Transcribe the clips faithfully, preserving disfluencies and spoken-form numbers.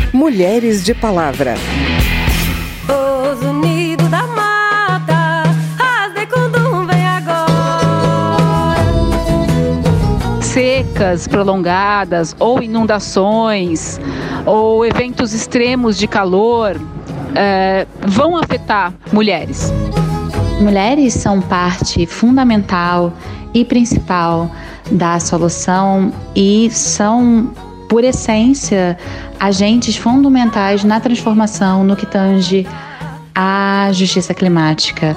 Mulheres de Palavra. Os unidos da mata, as de Cundum vem agora. Secas prolongadas ou inundações ou eventos extremos de calor é, vão afetar mulheres. Mulheres são parte fundamental e principal da solução e são, por essência, agentes fundamentais na transformação no que tange à justiça climática.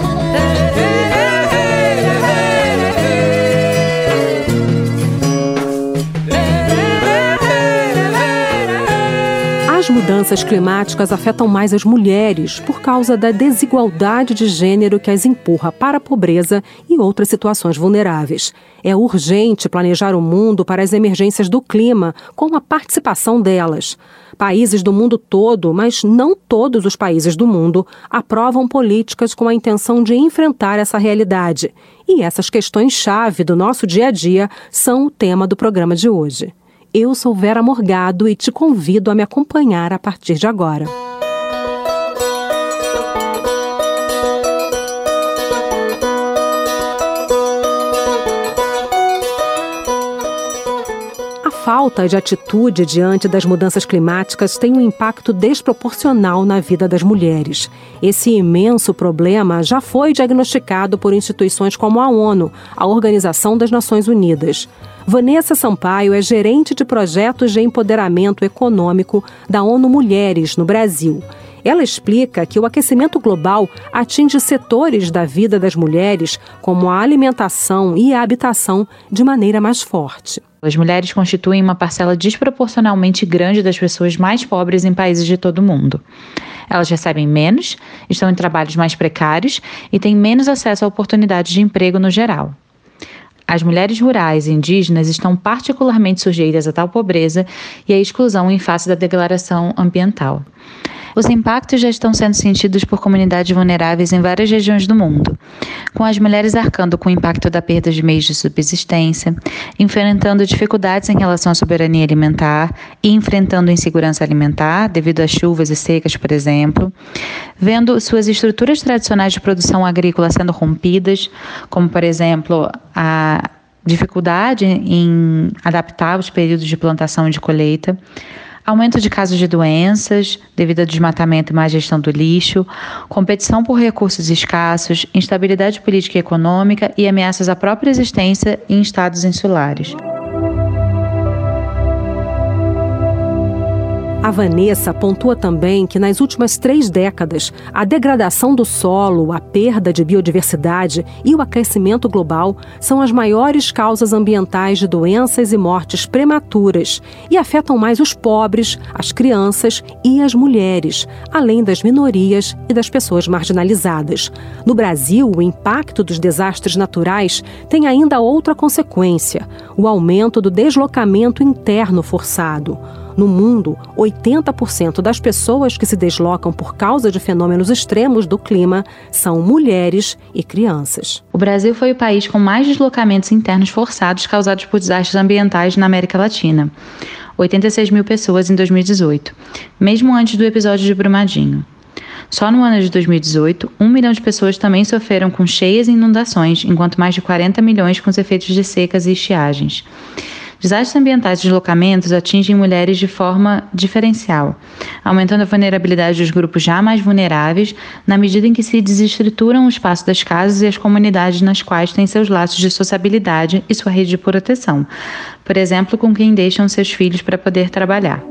As mudanças climáticas afetam mais as mulheres por causa da desigualdade de gênero que as empurra para a pobreza e outras situações vulneráveis. É urgente planejar o mundo para as emergências do clima, com a participação delas. Países do mundo todo, mas não todos os países do mundo, aprovam políticas com a intenção de enfrentar essa realidade. E essas questões-chave do nosso dia a dia são o tema do programa de hoje. Eu sou Vera Morgado e te convido a me acompanhar a partir de agora. A falta de atitude diante das mudanças climáticas tem um impacto desproporcional na vida das mulheres. Esse imenso problema já foi diagnosticado por instituições como a ONU, a Organização das Nações Unidas. Vanessa Sampaio é gerente de projetos de empoderamento econômico da ONU Mulheres no Brasil. Ela explica que o aquecimento global atinge setores da vida das mulheres, como a alimentação e a habitação, de maneira mais forte. As mulheres constituem uma parcela desproporcionalmente grande das pessoas mais pobres em países de todo o mundo. Elas recebem menos, estão em trabalhos mais precários e têm menos acesso a oportunidades de emprego no geral. As mulheres rurais e indígenas estão particularmente sujeitas a tal pobreza e à exclusão em face da degradação ambiental. Os impactos já estão sendo sentidos por comunidades vulneráveis em várias regiões do mundo, com as mulheres arcando com o impacto da perda de meios de subsistência, enfrentando dificuldades em relação à soberania alimentar e enfrentando insegurança alimentar devido às chuvas e secas, por exemplo, vendo suas estruturas tradicionais de produção agrícola sendo rompidas, como, por exemplo, a dificuldade em adaptar os períodos de plantação e de colheita, aumento de casos de doenças devido ao desmatamento e má gestão do lixo, competição por recursos escassos, instabilidade política e econômica e ameaças à própria existência em estados insulares. A Vanessa pontua também que nas últimas três décadas, a degradação do solo, a perda de biodiversidade e o aquecimento global são as maiores causas ambientais de doenças e mortes prematuras e afetam mais os pobres, as crianças e as mulheres, além das minorias e das pessoas marginalizadas. No Brasil, o impacto dos desastres naturais tem ainda outra consequência: o aumento do deslocamento interno forçado. No mundo, oitenta por cento das pessoas que se deslocam por causa de fenômenos extremos do clima são mulheres e crianças. O Brasil foi o país com mais deslocamentos internos forçados causados por desastres ambientais na América Latina. oitenta e seis mil pessoas em dois mil e dezoito, mesmo antes do episódio de Brumadinho. Só no ano de dois mil e dezoito, um milhão de pessoas também sofreram com cheias e inundações, enquanto mais de quarenta milhões com os efeitos de secas e estiagens. Desastres ambientais e deslocamentos atingem mulheres de forma diferencial, aumentando a vulnerabilidade dos grupos já mais vulneráveis, na medida em que se desestruturam o espaço das casas e as comunidades nas quais têm seus laços de sociabilidade e sua rede de proteção, por exemplo, com quem deixam seus filhos para poder trabalhar.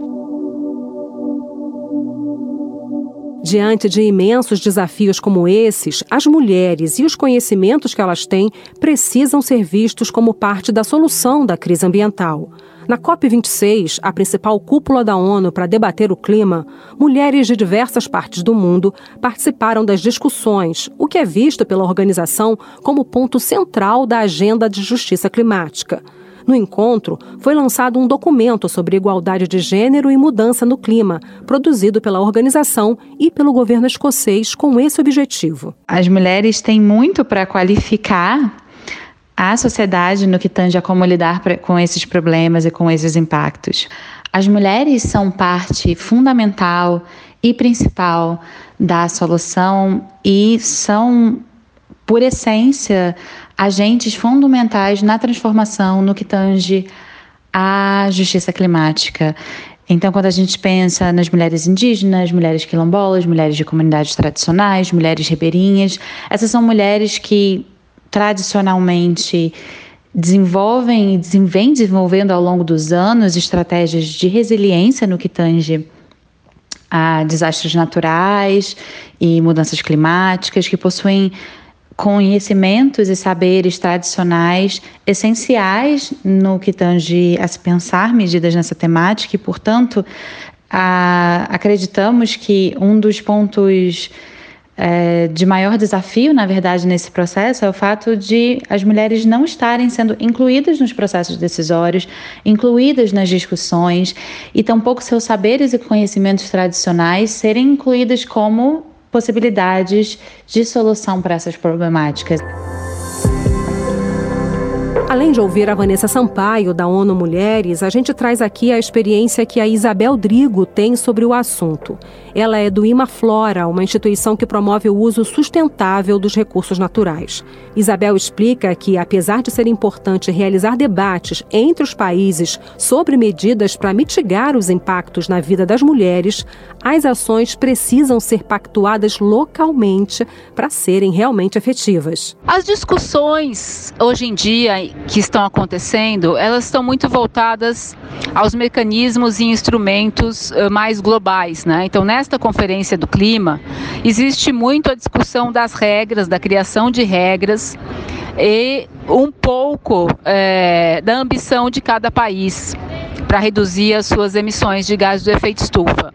Diante de imensos desafios como esses, as mulheres e os conhecimentos que elas têm precisam ser vistos como parte da solução da crise ambiental. Na COP vinte e seis, a principal cúpula da ONU para debater o clima, mulheres de diversas partes do mundo participaram das discussões, o que é visto pela organização como ponto central da agenda de justiça climática. No encontro, foi lançado um documento sobre igualdade de gênero e mudança no clima, produzido pela organização e pelo governo escocês com esse objetivo. As mulheres têm muito para qualificar a sociedade no que tange a como lidar com esses problemas e com esses impactos. As mulheres são parte fundamental e principal da solução e são, por essência, agentes fundamentais na transformação no que tange à justiça climática. Então, quando a gente pensa nas mulheres indígenas, mulheres quilombolas, mulheres de comunidades tradicionais, mulheres ribeirinhas, essas são mulheres que tradicionalmente desenvolvem e vêm desenvolvendo ao longo dos anos estratégias de resiliência no que tange a desastres naturais e mudanças climáticas, que possuem conhecimentos e saberes tradicionais essenciais no que tange a se pensar medidas nessa temática e, portanto, a, acreditamos que um dos pontos é, de maior desafio, na verdade, nesse processo é o fato de as mulheres não estarem sendo incluídas nos processos decisórios, incluídas nas discussões e tampouco seus saberes e conhecimentos tradicionais serem incluídas como possibilidades de solução para essas problemáticas. Além de ouvir a Vanessa Sampaio, da ONU Mulheres, a gente traz aqui a experiência que a Isabel Drigo tem sobre o assunto. Ela é do Imaflora, uma instituição que promove o uso sustentável dos recursos naturais. Isabel explica que, apesar de ser importante realizar debates entre os países sobre medidas para mitigar os impactos na vida das mulheres, as ações precisam ser pactuadas localmente para serem realmente efetivas. As discussões, hoje em dia, que estão acontecendo, elas estão muito voltadas aos mecanismos e instrumentos uh, mais globais, né? Então, nesta Conferência do Clima, existe muito a discussão das regras, da criação de regras e um pouco é, da ambição de cada país para reduzir as suas emissões de gases do efeito estufa.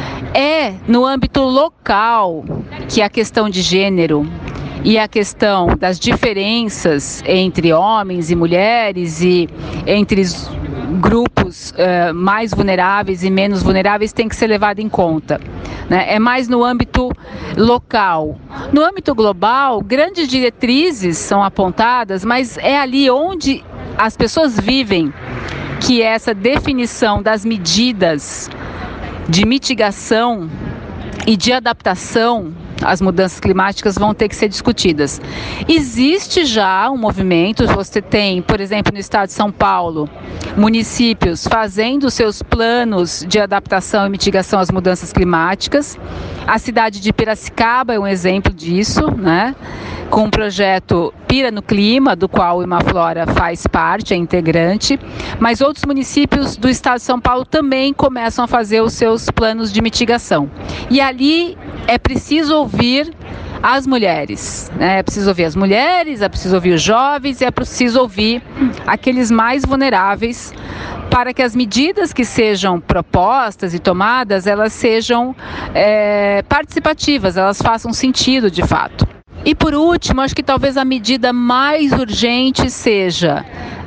É no âmbito local que a questão de gênero e a questão das diferenças entre homens e mulheres e entre os grupos uh, mais vulneráveis e menos vulneráveis tem que ser levado em conta, né? É mais no âmbito local. No âmbito global, grandes diretrizes são apontadas, mas é ali onde as pessoas vivem que essa definição das medidas de mitigação e de adaptação às mudanças climáticas vão ter que ser discutidas. Existe já um movimento, você tem, por exemplo, no estado de São Paulo, municípios fazendo seus planos de adaptação e mitigação às mudanças climáticas. A cidade de Piracicaba é um exemplo disso, né? Com o projeto Pira no Clima, do qual o Imaflora faz parte, é integrante, mas outros municípios do estado de São Paulo também começam a fazer os seus planos de mitigação. E ali é preciso ouvir as mulheres, né? É preciso ouvir as mulheres, é preciso ouvir os jovens, é preciso ouvir aqueles mais vulneráveis para que as medidas que sejam propostas e tomadas, elas sejam é, participativas, elas façam sentido de fato. E por último, acho que talvez a medida mais urgente seja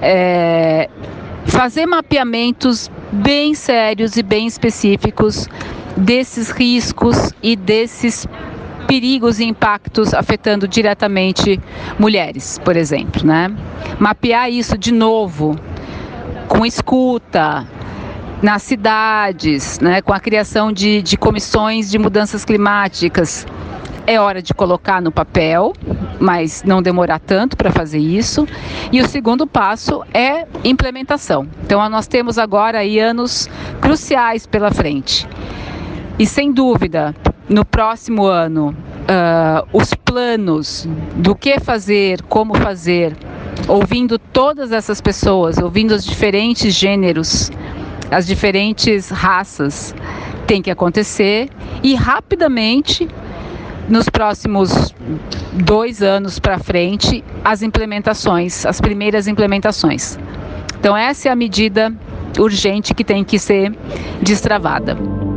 é, fazer mapeamentos bem sérios e bem específicos desses riscos e desses perigos e impactos afetando diretamente mulheres, por exemplo, né? Mapear isso de novo, com escuta, nas cidades, né? Com a criação de, de comissões de mudanças climáticas. É hora de colocar no papel, mas não demorar tanto para fazer isso. E o segundo passo é implementação. Então, nós temos agora aí anos cruciais pela frente. E, sem dúvida, no próximo ano, uh, os planos do que fazer, como fazer, ouvindo todas essas pessoas, ouvindo os diferentes gêneros, as diferentes raças, tem que acontecer e rapidamente, nos próximos dois anos para frente, as implementações, as primeiras implementações. Então, essa é a medida urgente que tem que ser destravada.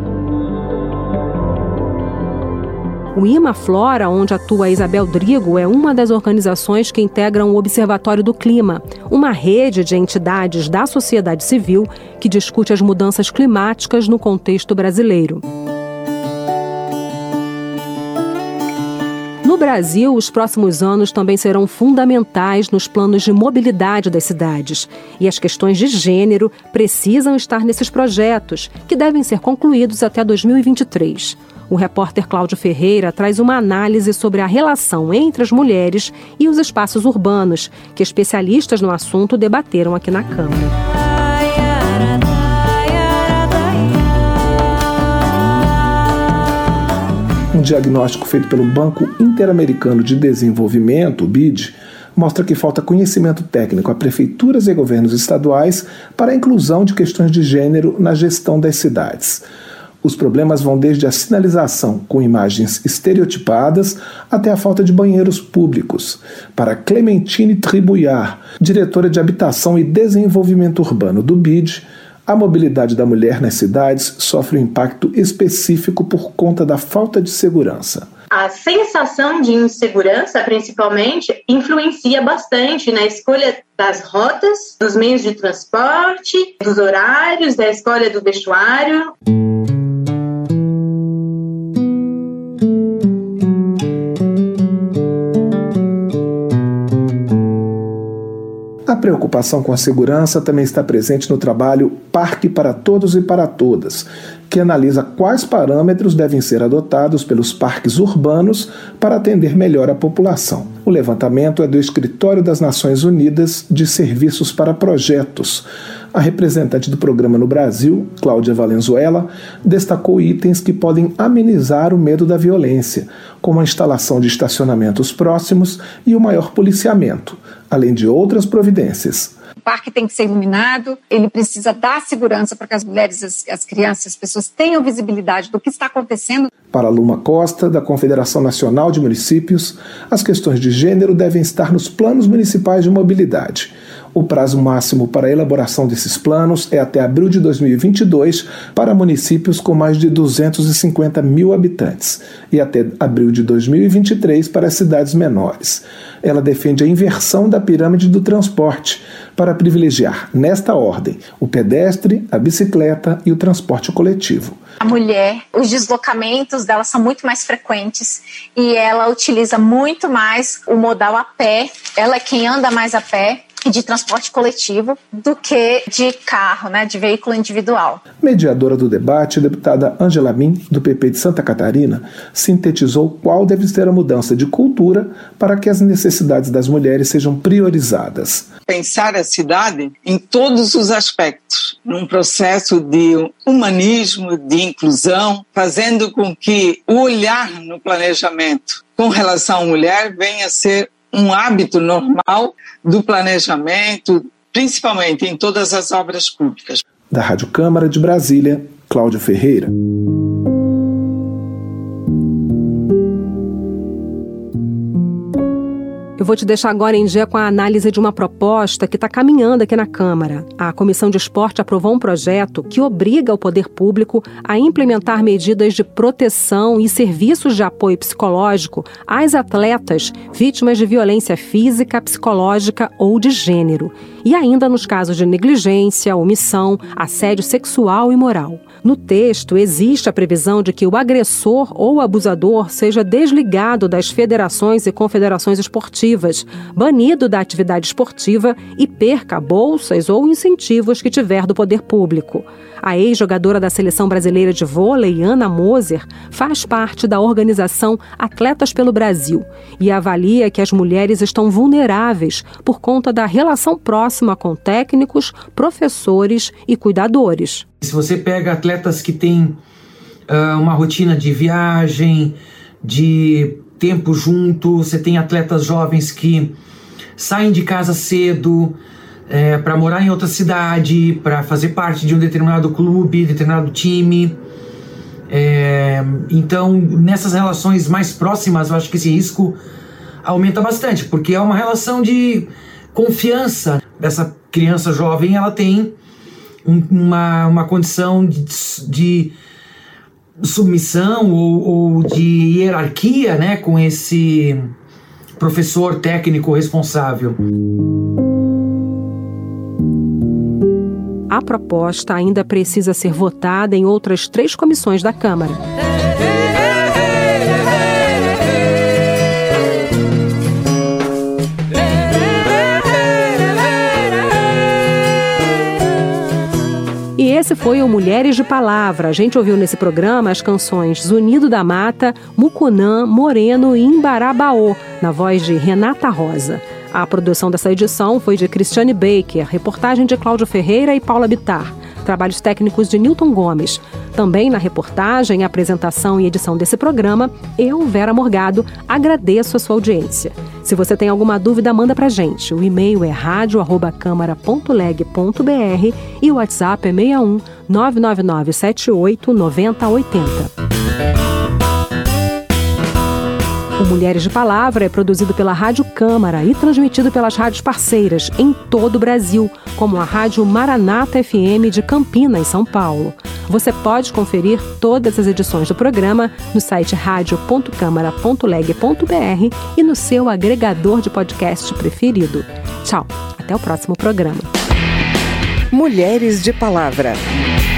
O Imaflora, onde atua Isabel Drigo, é uma das organizações que integram o Observatório do Clima, uma rede de entidades da sociedade civil que discute as mudanças climáticas no contexto brasileiro. No No Brasil, os próximos anos também serão fundamentais nos planos de mobilidade das cidades. E as questões de gênero precisam estar nesses projetos, que devem ser concluídos até dois mil e vinte e três. O repórter Cláudio Ferreira traz uma análise sobre a relação entre as mulheres e os espaços urbanos, que especialistas no assunto debateram aqui na Câmara. Um diagnóstico feito pelo Banco Interamericano de Desenvolvimento, o B I D, mostra que falta conhecimento técnico a prefeituras e governos estaduais para a inclusão de questões de gênero na gestão das cidades. Os problemas vão desde a sinalização com imagens estereotipadas até a falta de banheiros públicos. Para Clementine Tribouillard, diretora de Habitação e Desenvolvimento Urbano do B I D, a mobilidade da mulher nas cidades sofre um impacto específico por conta da falta de segurança. A sensação de insegurança, principalmente, influencia bastante na escolha das rotas, dos meios de transporte, dos horários, da escolha do vestuário. A preocupação com a segurança também está presente no trabalho Parque para Todos e para Todas, que analisa quais parâmetros devem ser adotados pelos parques urbanos para atender melhor a população. O levantamento é do Escritório das Nações Unidas de Serviços para Projetos. A representante do programa no Brasil, Cláudia Valenzuela, destacou itens que podem amenizar o medo da violência, como a instalação de estacionamentos próximos e o maior policiamento, além de outras providências. O parque tem que ser iluminado, ele precisa dar segurança para que as mulheres, as, as crianças, as pessoas tenham visibilidade do que está acontecendo. Para Luma Costa, da Confederação Nacional de Municípios, as questões de gênero devem estar nos planos municipais de mobilidade. O prazo máximo para a elaboração desses planos é até abril de dois mil e vinte e dois para municípios com mais de duzentos e cinquenta mil habitantes e até abril de dois mil e vinte e três para cidades menores. Ela defende a inversão da pirâmide do transporte para privilegiar, nesta ordem, o pedestre, a bicicleta e o transporte coletivo. A mulher, os deslocamentos dela são muito mais frequentes e ela utiliza muito mais o modal a pé. Ela é quem anda mais a pé e de transporte coletivo do que de carro, né, de veículo individual. Mediadora do debate, a deputada Ângela Min, do P P de Santa Catarina, sintetizou qual deve ser a mudança de cultura para que as necessidades das mulheres sejam priorizadas. Pensar a cidade em todos os aspectos, num processo de humanismo, de inclusão, fazendo com que o olhar no planejamento com relação à mulher venha a ser um hábito normal do planejamento, principalmente em todas as obras públicas. Da Rádio Câmara de Brasília, Cláudio Ferreira. Eu vou te deixar agora em dia com a análise de uma proposta que está caminhando aqui na Câmara. A Comissão de Esporte aprovou um projeto que obriga o poder público a implementar medidas de proteção e serviços de apoio psicológico às atletas vítimas de violência física, psicológica ou de gênero. E ainda nos casos de negligência, omissão, assédio sexual e moral. No texto, existe a previsão de que o agressor ou abusador seja desligado das federações e confederações esportivas, banido da atividade esportiva e perca bolsas ou incentivos que tiver do poder público. A ex-jogadora da Seleção Brasileira de Vôlei, Ana Moser, faz parte da organização Atletas pelo Brasil e avalia que as mulheres estão vulneráveis por conta da relação próxima com técnicos, professores e cuidadores. Se você pega atletas que têm uh, uma rotina de viagem, de tempo junto, você tem atletas jovens que saem de casa cedo, É, para morar em outra cidade, para fazer parte de um determinado clube, determinado time. É, então, nessas relações mais próximas, eu acho que esse risco aumenta bastante, porque é uma relação de confiança. Essa criança jovem, ela tem um, uma, uma condição de, de submissão ou, ou de hierarquia, né, com esse professor técnico responsável. A proposta ainda precisa ser votada em outras três comissões da Câmara. esse foi o Mulheres de Palavra. A gente ouviu nesse programa as canções Zunido da Mata, Mucunã, Moreno e Imbarabaô, na voz de Renata Rosa. A produção dessa edição foi de Cristiane Baker, reportagem de Cláudio Ferreira e Paula Bittar, trabalhos técnicos de Newton Gomes. Também na reportagem, apresentação e edição desse programa, eu, Vera Morgado, agradeço a sua audiência. Se você tem alguma dúvida, manda pra gente. O e-mail é rádio arroba câmara ponto leg ponto br e o WhatsApp é seis um nove nove nove sete oito nove zero oito zero. O Mulheres de Palavra é produzido pela Rádio Câmara e transmitido pelas rádios parceiras em todo o Brasil, como a Rádio Maranata F M de Campinas, em São Paulo. Você pode conferir todas as edições do programa no site rádio ponto câmara ponto leg ponto br e no seu agregador de podcast preferido. Tchau, até o próximo programa. Mulheres de Palavra.